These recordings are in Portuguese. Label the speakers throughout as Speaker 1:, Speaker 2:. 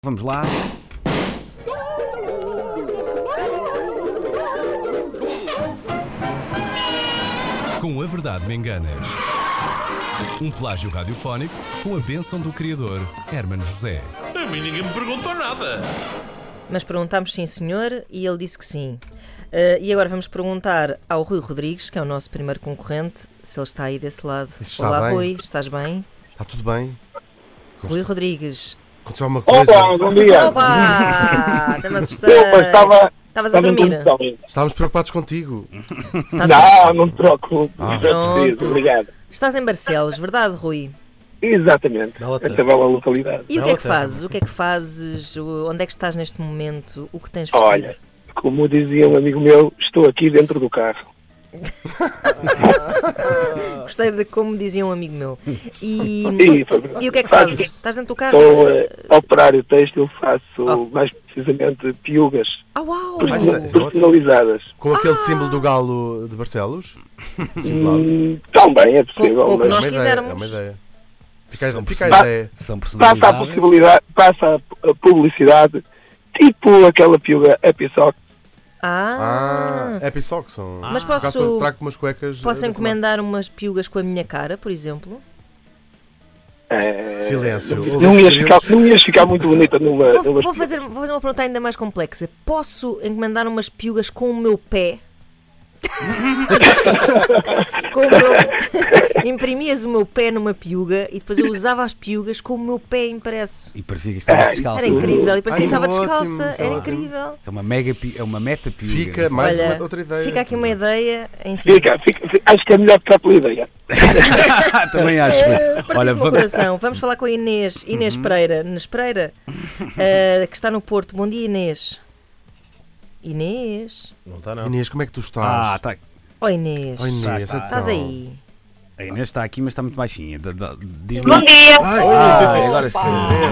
Speaker 1: Vamos lá.
Speaker 2: Com a Verdade Me Enganas. Um plágio radiofónico com a bênção do criador, Hermano José.
Speaker 3: A mim ninguém me perguntou nada.
Speaker 4: Mas perguntámos sim, senhor, e ele disse que sim. E agora vamos perguntar ao Rui Rodrigues, que é o nosso primeiro concorrente, se ele está aí desse lado.
Speaker 5: Está
Speaker 4: Olá,
Speaker 5: bem?
Speaker 4: Rui, estás bem?
Speaker 5: Está tudo bem?
Speaker 4: Rui Rodrigues.
Speaker 5: Aconteceu alguma coisa?
Speaker 6: Opa, bom dia.
Speaker 4: Opa! Até-me assustei. Estavas a
Speaker 6: Estava
Speaker 4: dormir?
Speaker 5: Estávamos preocupados contigo.
Speaker 6: Não te preocupes.
Speaker 4: Pronto.
Speaker 6: Obrigado.
Speaker 4: Estás em Barcelos, verdade, Rui?
Speaker 6: Exatamente. Esta bela localidade.
Speaker 4: E o que é que fazes? O que é que fazes? Onde é que estás neste momento? O que tens vestido?
Speaker 6: Olha, como dizia um amigo meu, estou aqui dentro do carro.
Speaker 4: Gostei de como dizia um amigo meu. E o que é que
Speaker 6: Faço.
Speaker 4: fazes? Estás dentro do carro?
Speaker 6: Estou operário têxtil, faço mais precisamente piugas
Speaker 4: Uau!
Speaker 6: personalizadas.
Speaker 5: Com aquele símbolo do galo de Barcelos? Simulado.
Speaker 6: Também é possível,
Speaker 4: Com o que
Speaker 6: mas
Speaker 4: nós
Speaker 5: É uma
Speaker 4: quisermos.
Speaker 5: ideia. Fica a
Speaker 1: São
Speaker 5: ideia.
Speaker 1: São
Speaker 6: passa a
Speaker 1: personalizadas.
Speaker 6: possibilidade, passa a publicidade, tipo aquela piuga Episoc.
Speaker 5: Happy Socks são.
Speaker 4: Mas
Speaker 5: Por acaso,
Speaker 4: posso
Speaker 5: trago umas cuecas.
Speaker 4: Posso
Speaker 5: desse
Speaker 4: encomendar umas piugas com a minha cara, por exemplo?
Speaker 5: Silêncio.
Speaker 6: Não ias ficar muito bonita numa
Speaker 4: Vou fazer uma pergunta ainda mais complexa. Posso encomendar umas piugas com o meu pé? Imprimias o meu pé numa piuga e depois eu usava as piugas com o meu pé impresso.
Speaker 1: E parecia que estavas descalço.
Speaker 4: Era incrível. E parecia que estava
Speaker 5: ótimo,
Speaker 4: descalça.
Speaker 5: isso é
Speaker 4: Era
Speaker 5: ótimo.
Speaker 4: incrível.
Speaker 1: É uma meta piuga.
Speaker 5: Fica mais
Speaker 4: Olha,
Speaker 5: outra ideia.
Speaker 4: Fica aqui uma ideia. Enfim.
Speaker 6: Fica, acho que é melhor ficar pela ideia.
Speaker 1: Também acho. Olha,
Speaker 4: Partiu-me o coração. Vamos falar com a Inês. Inês Pereira. Inês Pereira, que está no Porto. Bom dia, Inês. Inês.
Speaker 3: Não está não.
Speaker 5: Inês, como é que tu estás?
Speaker 1: tá.
Speaker 4: Oi, Inês.
Speaker 5: Oh, Inês,
Speaker 1: está.
Speaker 4: Estás
Speaker 5: então.
Speaker 4: aí?
Speaker 1: A Inês está aqui, mas está muito baixinha. Diz-me.
Speaker 7: Bom dia!
Speaker 1: Agora sim.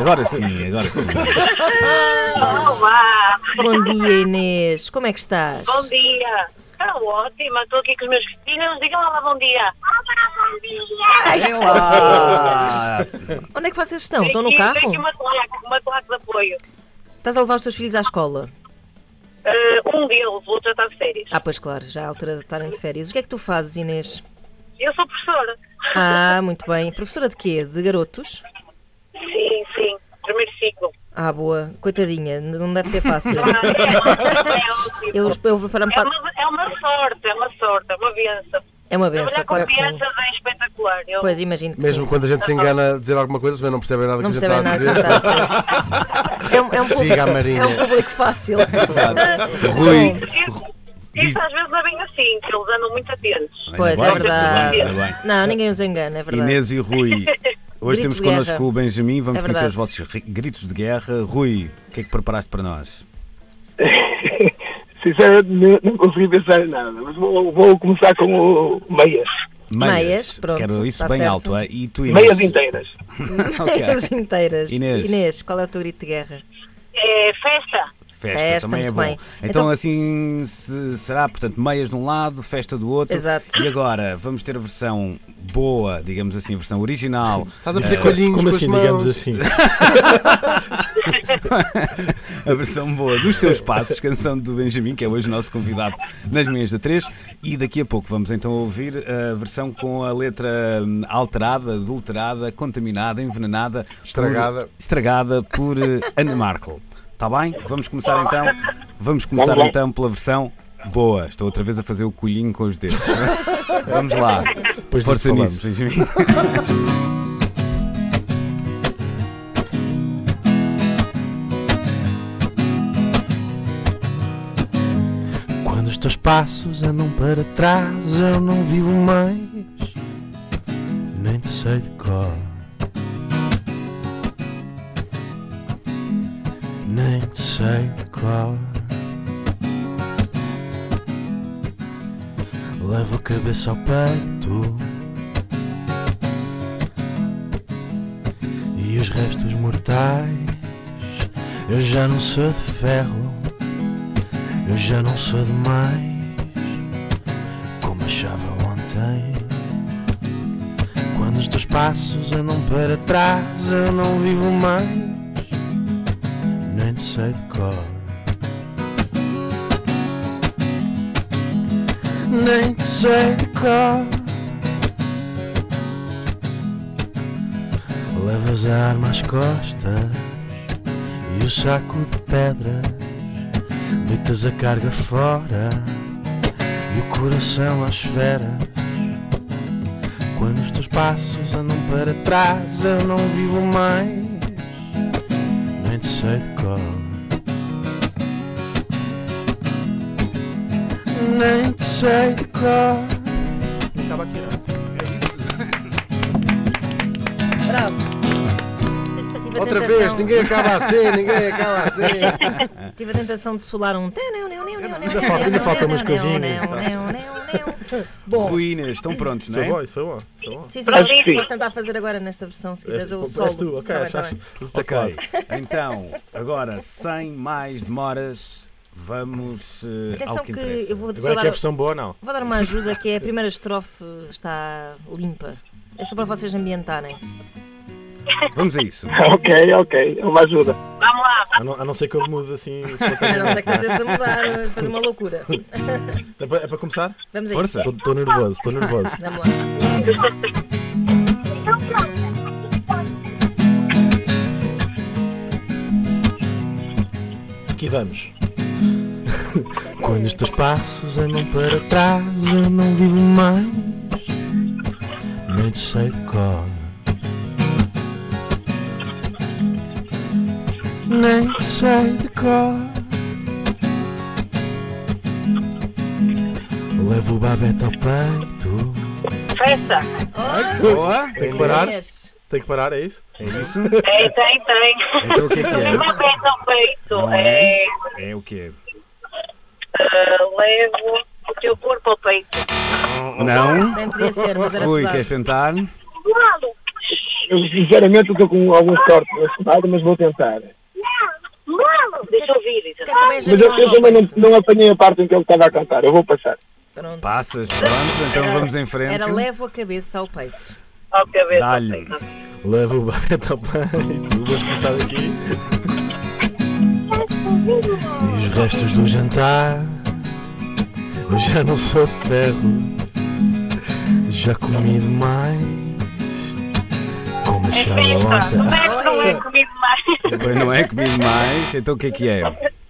Speaker 7: Olá!
Speaker 4: Bom dia, Inês. Como é que estás?
Speaker 7: Bom dia! Está ótima, estou aqui com os meus filhos. Digam lá bom dia! Bom
Speaker 1: Olá.
Speaker 4: Onde é que vocês estão?
Speaker 7: dia!
Speaker 4: Estão no
Speaker 7: Tem
Speaker 4: carro?
Speaker 7: aqui uma claque de apoio.
Speaker 4: Estás a levar os teus filhos à escola?
Speaker 7: Um deles, o outro está de férias.
Speaker 4: Pois claro, já é a altura de estarem de férias. O que é que tu fazes, Inês?
Speaker 7: Eu sou professora.
Speaker 4: Muito bem. Professora de quê? De garotos?
Speaker 7: Sim, primeiro ciclo.
Speaker 4: Boa. Coitadinha, não deve ser fácil.
Speaker 7: É ótimo.
Speaker 4: Eu preparo-me para...
Speaker 7: É uma sorte, é uma benção.
Speaker 4: É uma benção,
Speaker 7: Trabalhar com
Speaker 4: claro que sim.
Speaker 7: crianças é espetacular.
Speaker 4: Pois, imagino que
Speaker 5: Mesmo
Speaker 4: sim.
Speaker 5: quando a gente se engana a dizer alguma coisa, também não percebem nada
Speaker 4: Não
Speaker 5: que a gente
Speaker 4: percebem
Speaker 5: está
Speaker 4: nada
Speaker 5: a
Speaker 4: que está
Speaker 5: dizer.
Speaker 4: a dizer. É um
Speaker 5: Siga a
Speaker 4: público,
Speaker 5: Marinha.
Speaker 4: é um público fácil.
Speaker 1: Rui.
Speaker 7: Isso às vezes não é bem assim, que eles andam muito atentos.
Speaker 4: Pois, é
Speaker 1: Ainda
Speaker 4: verdade.
Speaker 1: Ainda bem.
Speaker 4: Não, ninguém os engana, é verdade.
Speaker 1: Inês e Rui. Hoje
Speaker 4: Gritos
Speaker 1: temos
Speaker 4: de
Speaker 1: connosco
Speaker 4: guerra.
Speaker 1: o Benjamin. Vamos
Speaker 4: É
Speaker 1: conhecer
Speaker 4: verdade.
Speaker 1: os vossos gritos de guerra. Rui, o que é que preparaste para nós?
Speaker 6: Sinceramente, não consegui pensar em nada, mas vou começar com o meias.
Speaker 4: Meias, pronto,
Speaker 1: Quero isso
Speaker 4: está
Speaker 1: bem
Speaker 4: certo.
Speaker 1: alto. E tu, Inês?
Speaker 6: Meias inteiras.
Speaker 1: Ok.
Speaker 4: Meias inteiras.
Speaker 1: Inês.
Speaker 4: Qual é o teu grito de guerra?
Speaker 7: É festa.
Speaker 1: Festa também é
Speaker 4: muito
Speaker 1: bom.
Speaker 4: bem.
Speaker 1: Então,
Speaker 4: Então-
Speaker 1: assim será, portanto, meias de um lado, festa do outro.
Speaker 4: Exato.
Speaker 1: E agora vamos ter a versão boa, digamos assim, a versão original.
Speaker 5: Estás a fazer colhinhos
Speaker 3: Como
Speaker 5: com
Speaker 3: assim,
Speaker 5: as mãos.
Speaker 3: digamos assim?
Speaker 1: A versão boa dos teus passos, canção do Benjamin, que é hoje o nosso convidado nas manhãs da 3. E daqui a pouco vamos então ouvir a versão com a letra alterada, adulterada, contaminada, envenenada, estragada por Ana Markel. Está bem? Vamos começar então pela versão boa. Estou outra vez a fazer o colhinho com os dedos. Vamos lá.
Speaker 3: Depois disso
Speaker 1: Força
Speaker 3: falamos.
Speaker 1: nisso, Benjamin.
Speaker 8: Quando os teus passos andam para trás, eu não vivo mais, nem te sei de cor, nem te sei de cor. Levo a cabeça ao peito e os restos mortais. Eu já não sou de ferro, eu já não sou demais, como achava ontem. Quando os teus passos andam para trás, eu não vivo mais, nem te sei de cor. Nem te sei de cor. Levas a arma às costas e o saco de pedras, deitas a carga fora e o coração às esferas. Quando os teus passos andam para trás, eu não vivo mais, nem te sei de cor. Nem te sei de cor.
Speaker 5: Acaba aqui, não?
Speaker 4: Bravo. Tive a
Speaker 5: Outra
Speaker 4: tentação-
Speaker 5: vez, ninguém acaba assim, ninguém acaba assim.
Speaker 4: Tive a tentação de solar um.
Speaker 5: Ainda falta umas coisinhas.
Speaker 4: Bom,
Speaker 1: Ruínas, estão prontos, não é?
Speaker 5: Foi bom, isso foi bom. Foi bom.
Speaker 4: sim,
Speaker 6: Acho que sim.
Speaker 4: posso tentar fazer agora nesta versão, se quiseres eu solo.
Speaker 5: És tu, ok,
Speaker 4: Tá bem, tá
Speaker 5: achas?
Speaker 4: bem.
Speaker 5: Usa o teclado.
Speaker 1: Ok, então, agora, sem mais demoras, vamos
Speaker 4: Atenção
Speaker 1: ao que
Speaker 4: que
Speaker 1: interessa.
Speaker 4: eu vou
Speaker 5: Agora
Speaker 4: só
Speaker 5: é que é a
Speaker 4: dar,
Speaker 5: versão boa, não?
Speaker 4: vou dar uma ajuda, que é a primeira estrofe está limpa. É só para vocês ambientarem.
Speaker 1: Vamos a isso.
Speaker 6: Ok, é uma ajuda.
Speaker 7: Vamos lá.
Speaker 5: A não ser que eu mude assim.
Speaker 4: A não ser que esteja a mudar, fazer uma loucura.
Speaker 5: É para começar?
Speaker 4: Vamos a
Speaker 1: Força.
Speaker 4: isso.
Speaker 5: Estou nervoso, estou nervoso.
Speaker 4: Vamos lá.
Speaker 5: Aqui vamos.
Speaker 8: Quando os teus passos andam para trás, eu não vivo mais, nem te sei de cor. Nem te sei de cor. Levo o babete ao peito.
Speaker 7: Festa.
Speaker 1: Boa!
Speaker 5: Tem que parar?
Speaker 4: Yes.
Speaker 5: Tem que parar, é isso?
Speaker 1: É isso?
Speaker 7: Tem.
Speaker 1: Então o que é?
Speaker 7: Uma festa ao peito.
Speaker 1: Não é? É o quê?
Speaker 7: Levo o teu corpo ao peito.
Speaker 1: Não?
Speaker 4: Nem podia ser, mas era
Speaker 1: Rui,
Speaker 4: pesado.
Speaker 1: queres tentar?
Speaker 6: Eu sinceramente estou com algum sorte na chamada, mas vou tentar.
Speaker 7: Deixa eu ouvir.
Speaker 4: O que é que o
Speaker 6: Mas
Speaker 4: Benjamin
Speaker 6: eu também
Speaker 4: ao peito?
Speaker 6: não apanhei a parte em que ele estava a cantar, eu vou passar.
Speaker 4: Pronto.
Speaker 1: Passas, pronto, então vamos em frente.
Speaker 4: Era levo a cabeça ao peito.
Speaker 7: Ao cabeça.
Speaker 1: Dá-lhe.
Speaker 5: Levo o babete ao peito. Vamos começar daqui.
Speaker 8: E os restos do jantar, eu já não sou de ferro. Já comi demais, como achava ontem.
Speaker 7: Não é comigo mais.
Speaker 1: Pois não é comigo mais, então o que é?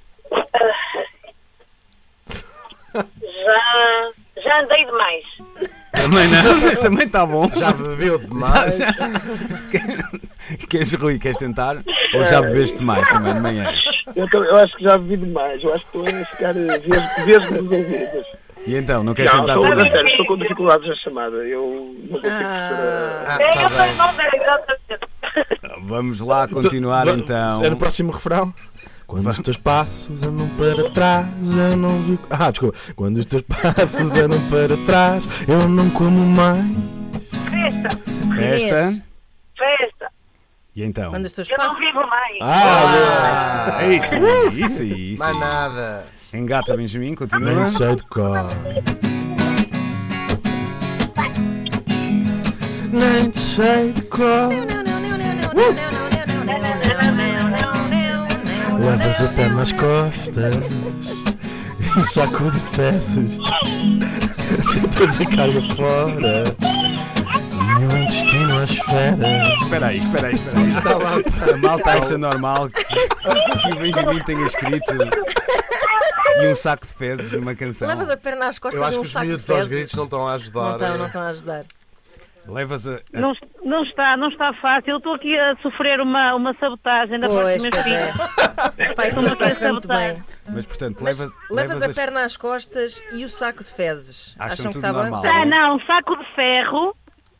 Speaker 7: Já andei demais.
Speaker 1: Também não, mas também está bom.
Speaker 5: Já bebeu demais.
Speaker 1: Queres, Rui, queres tentar? Ou já bebeste mais também de manhã?
Speaker 6: Eu acho que já bebi demais, eu acho que estou a ficar vezes nos ouvidos.
Speaker 1: E então, não queres
Speaker 6: Não,
Speaker 1: tentar
Speaker 6: estou,
Speaker 1: também?
Speaker 6: sério, estou com dificuldades na chamada, eu não consigo perceber.
Speaker 7: Eu sei, não sei exatamente.
Speaker 1: Vamos lá continuar então.
Speaker 5: É no próximo refrão.
Speaker 8: Quando os teus passos andam para trás, eu não vi. Ah, desculpa. Quando os teus passos andam para trás, eu não como mais.
Speaker 1: Festa.
Speaker 7: Festa.
Speaker 1: E então?
Speaker 4: Quando os teus
Speaker 7: Eu não
Speaker 4: passos.
Speaker 7: vivo mais.
Speaker 1: É isso.
Speaker 5: Mais nada.
Speaker 1: Engata, Benjamin, continua.
Speaker 8: Nem sei de cor. Nem sei de cor. Levas a pé nas costas e um saco de fezes. Deitas a carga fora e o intestino às feras.
Speaker 1: Espera aí. A malta acha normal que o Benjamin tenha escrito e um saco de fezes numa canção.
Speaker 4: Levas a perna às costas
Speaker 5: Eu acho
Speaker 4: e
Speaker 5: que
Speaker 4: um
Speaker 5: os
Speaker 4: saco de
Speaker 5: miúdos aos
Speaker 4: fezes.
Speaker 5: gritos não estão a ajudar.
Speaker 4: Não estão a ajudar.
Speaker 1: Levas a.
Speaker 7: Não está fácil. Eu estou aqui a sofrer uma sabotagem da parte
Speaker 4: Pois,
Speaker 7: dos meus
Speaker 4: pois
Speaker 7: filhos.
Speaker 4: é. Pá, isto não está a correr muito bem.
Speaker 1: Mas portanto,
Speaker 4: Mas levas a
Speaker 1: as-
Speaker 4: perna às costas e o saco de fezes.
Speaker 1: Acham
Speaker 4: Acham que
Speaker 1: tudo
Speaker 4: está bem?
Speaker 1: normal.
Speaker 4: Tá bom.
Speaker 7: Não, um saco de ferro.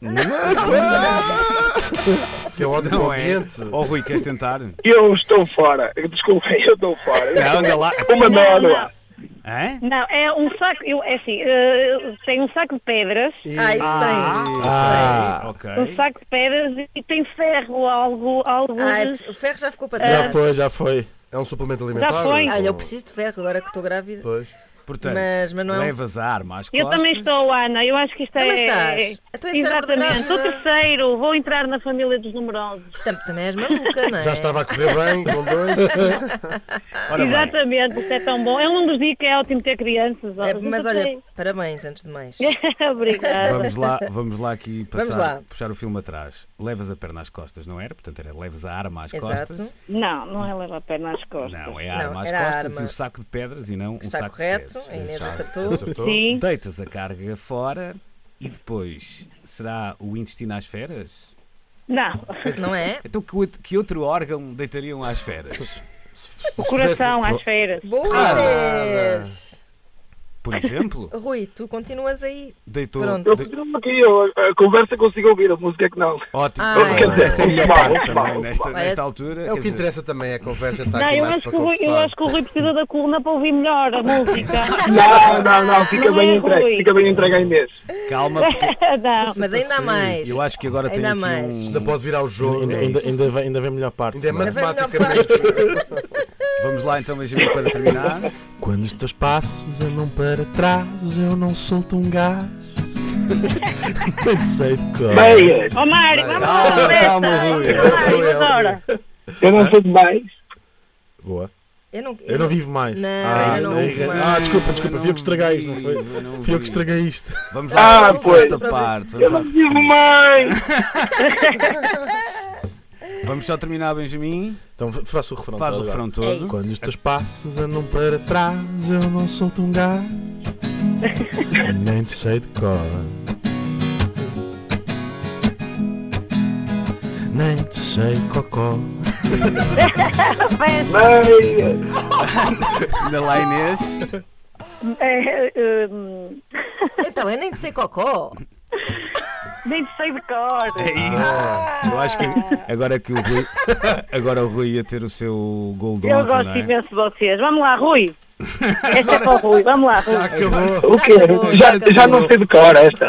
Speaker 5: Que é ódio
Speaker 1: Não
Speaker 5: do
Speaker 1: é?
Speaker 5: ambiente.
Speaker 1: Oh, Rui, queres tentar?
Speaker 6: Eu estou fora, desculpem, eu estou fora.
Speaker 1: Não, anda lá.
Speaker 6: Uma nódoa.
Speaker 1: Hã?
Speaker 7: Não, é um saco. É assim, tem um saco de pedras.
Speaker 4: Isso tem.
Speaker 1: Ah, ok.
Speaker 7: Um saco de pedras e tem ferro, algo
Speaker 4: O ferro já ficou para trás.
Speaker 5: Já foi. É um suplemento alimentar?
Speaker 7: Já foi.
Speaker 4: Olha, eu preciso de ferro agora que estou grávida.
Speaker 5: Pois.
Speaker 1: Portanto,
Speaker 4: mas não é um...
Speaker 1: levas a arma às costas.
Speaker 9: Eu também estou, Ana. Eu acho que isto
Speaker 4: Também
Speaker 9: é...
Speaker 4: estás. Então é cérebro
Speaker 9: Exatamente.
Speaker 4: grávida.
Speaker 9: O terceiro, vou entrar na família dos numerosos.
Speaker 4: Também és maluca, não é?
Speaker 5: Já estava a correr bem com dois.
Speaker 1: Ora bem,
Speaker 9: Exatamente, isso é tão bom. É um dos dias que é ótimo ter crianças.
Speaker 4: Mas olha, parabéns antes de mais.
Speaker 9: Obrigada.
Speaker 1: vamos lá aqui
Speaker 4: Vamos lá.
Speaker 1: puxar o filme atrás. Levas a perna às costas, não era? Portanto, era levas a arma às
Speaker 4: Exato.
Speaker 1: costas.
Speaker 9: Não é levar a perna às costas.
Speaker 1: Não, é a arma
Speaker 4: Não,
Speaker 1: às
Speaker 4: era a
Speaker 1: costas
Speaker 4: arma.
Speaker 1: e o saco de pedras e não um
Speaker 4: Está
Speaker 1: saco
Speaker 4: correto,
Speaker 1: de fezes.
Speaker 4: a Inês
Speaker 1: Exato.
Speaker 4: acertou.
Speaker 9: Sim.
Speaker 1: Deitas a carga fora e depois será o intestino às feras?
Speaker 9: Não.
Speaker 4: Não é?
Speaker 1: Então que outro órgão deitariam às feras?
Speaker 9: O coração às feiras.
Speaker 4: Boa, Inês!
Speaker 1: Por exemplo,
Speaker 4: Rui, tu continuas aí.
Speaker 1: deitou.
Speaker 4: Pronto.
Speaker 6: Eu continuo aqui, a conversa consigo ouvir, a música é que não.
Speaker 1: Ótimo.
Speaker 4: Ai.
Speaker 1: Essa é a melhor
Speaker 6: Mal,
Speaker 1: parte
Speaker 6: mal,
Speaker 1: também,
Speaker 6: mal.
Speaker 1: nesta altura.
Speaker 5: É
Speaker 1: quer
Speaker 5: o que
Speaker 1: dizer,
Speaker 5: interessa também, é a conversa está
Speaker 9: Não,
Speaker 5: aqui
Speaker 9: eu
Speaker 5: mais
Speaker 9: acho,
Speaker 5: para
Speaker 9: que o Rui, eu
Speaker 5: conversar.
Speaker 9: acho que o Rui precisa da coluna para ouvir melhor a música.
Speaker 6: Não, fica
Speaker 9: Não
Speaker 6: bem
Speaker 9: é
Speaker 6: entregue,
Speaker 9: Rui.
Speaker 6: fica bem entregue à Inês.
Speaker 1: calma, porque
Speaker 9: Não.
Speaker 4: Mas ainda há mais.
Speaker 1: eu acho que agora tem
Speaker 4: Ainda
Speaker 1: aqui
Speaker 4: mais.
Speaker 5: Ainda
Speaker 1: um.
Speaker 5: pode virar o jogo.
Speaker 8: Ainda vem a melhor parte.
Speaker 5: Ainda é
Speaker 8: também.
Speaker 4: Ainda vem a melhor
Speaker 5: matematicamente.
Speaker 1: Vamos lá então, Benjamin, para terminar.
Speaker 8: Quando os teus passos andam para trás, eu não solto um gás. Nem sei de cor.
Speaker 6: Meias,
Speaker 9: Ó Mário, vamos
Speaker 1: Calma,
Speaker 9: lá.
Speaker 1: calma, Rui.
Speaker 9: Mário, adora.
Speaker 6: eu não sei demais.
Speaker 8: Boa.
Speaker 4: Eu
Speaker 8: Eu não vivo mais.
Speaker 4: Não,
Speaker 8: Ah,
Speaker 4: eu não vivo mais.
Speaker 8: Ah, desculpa, fui eu que estraguei isto, não
Speaker 1: vi,
Speaker 8: foi?
Speaker 1: eu não
Speaker 8: Fui eu
Speaker 1: vi.
Speaker 8: que estraguei isto.
Speaker 1: Vamos lá,
Speaker 6: Ah,
Speaker 1: vamos
Speaker 6: pois.
Speaker 1: esta parte.
Speaker 6: Eu não vivo mais.
Speaker 1: Vamos só terminar, Benjamin.
Speaker 8: Então faço o refrão.
Speaker 1: Faz o
Speaker 8: agora.
Speaker 1: refrão
Speaker 4: É
Speaker 1: todo.
Speaker 4: isso.
Speaker 8: Quando os teus passos andam para trás, eu não solto um gás. Nem te sei de cor. Nem te sei cocó.
Speaker 6: Meias.
Speaker 1: Ainda lá, Inês.
Speaker 4: Então, eu nem te sei cocó.
Speaker 9: Nem sei de cor.
Speaker 1: É isso. Eu acho que agora o Rui ia ter o seu gol de
Speaker 9: Eu
Speaker 1: honra,
Speaker 9: gosto
Speaker 1: não é?
Speaker 9: imenso de vocês. Vamos lá, Rui. Esta é para o Rui. Vamos lá, Rui.
Speaker 5: Acabou.
Speaker 6: O quê?
Speaker 4: acabou,
Speaker 6: Já
Speaker 4: acabou.
Speaker 6: não sei de cor esta.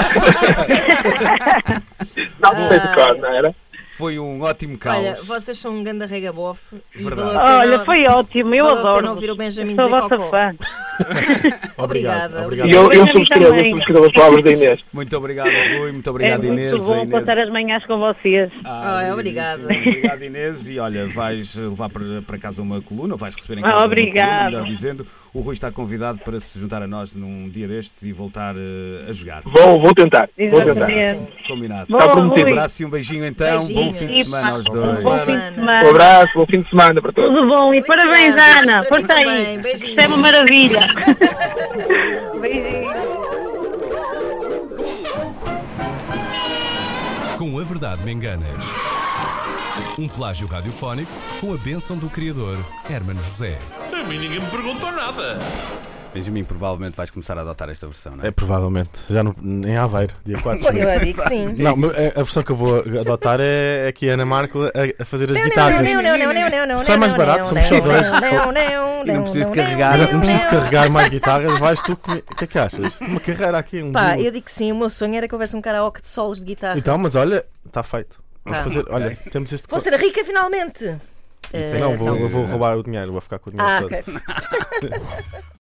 Speaker 6: Não sei de cor, não era?
Speaker 1: Foi um ótimo caos.
Speaker 4: Olha, vocês são um ganda regabofe. E
Speaker 1: Verdade.
Speaker 4: valeu a pena-
Speaker 9: Olha, foi ótimo. Eu
Speaker 4: valeu a pena
Speaker 9: adoro.
Speaker 4: ouvir o Benjamin
Speaker 9: Sou a
Speaker 4: dizer
Speaker 9: vossa
Speaker 4: cocó.
Speaker 9: fã.
Speaker 4: Obrigada.
Speaker 8: Obrigado.
Speaker 6: E eu
Speaker 9: Benjamin
Speaker 6: subscrevo
Speaker 9: também.
Speaker 6: as palavras da Inês.
Speaker 1: Muito obrigado, Rui. Muito
Speaker 9: É
Speaker 1: obrigado, Inês.
Speaker 9: muito
Speaker 1: A
Speaker 9: bom
Speaker 1: Inês.
Speaker 9: passar as manhãs com vocês.
Speaker 4: Obrigada.
Speaker 1: Obrigado, Inês. E olha, vais levar para casa uma coluna, ou vais receber em casa
Speaker 9: Obrigada.
Speaker 1: uma coluna, melhor dizendo. O Rui está convidado para se juntar a nós num dia destes e voltar a jogar.
Speaker 6: Vou tentar. Vou tentar.
Speaker 9: Exatamente.
Speaker 1: Combinado.
Speaker 9: Bom,
Speaker 6: Está prometido.
Speaker 1: Um
Speaker 9: Rui.
Speaker 1: abraço e um beijinho então.
Speaker 4: Beijinho.
Speaker 1: Bom fim de semana aos
Speaker 9: Bom
Speaker 1: dois.
Speaker 9: fim de semana.
Speaker 6: Um abraço, bom fim de semana para todos.
Speaker 9: Tudo bom e parabéns,
Speaker 4: Felicidades
Speaker 9: Ana.
Speaker 4: para ti
Speaker 9: Força aí.
Speaker 4: também. Beijinhos.
Speaker 9: Isto é uma maravilha. Beijinhos.
Speaker 2: Com a Verdade Me Enganas. Um plágio radiofónico com a bênção do criador Hermano José.
Speaker 3: A mim ninguém me perguntou nada.
Speaker 1: Benjamin, provavelmente vais começar a adotar esta versão, não é?
Speaker 8: É provavelmente. Já em Aveiro, dia 4.
Speaker 4: Eu digo que sim.
Speaker 8: Não, mas a versão que eu vou adotar é aqui a Ana Marco a fazer as guitarras. Sai mais barato, somos só dois.
Speaker 1: E não preciso de carregar.
Speaker 8: Não preciso carregar mais guitarras, vais tu comigo. O que é que achas? Uma carreira aqui, um
Speaker 4: Pá,
Speaker 8: duo.
Speaker 4: eu digo que sim. O meu sonho era que houvesse um karaoke de solos de guitarra.
Speaker 8: Então, mas olha, está feito. Vamos
Speaker 4: Ah.
Speaker 8: fazer. Olha, temos este.
Speaker 4: Vou ser rica finalmente.
Speaker 8: Não, eu vou roubar o dinheiro, vou ficar com o dinheiro
Speaker 4: Ah,
Speaker 8: todo.
Speaker 4: ok.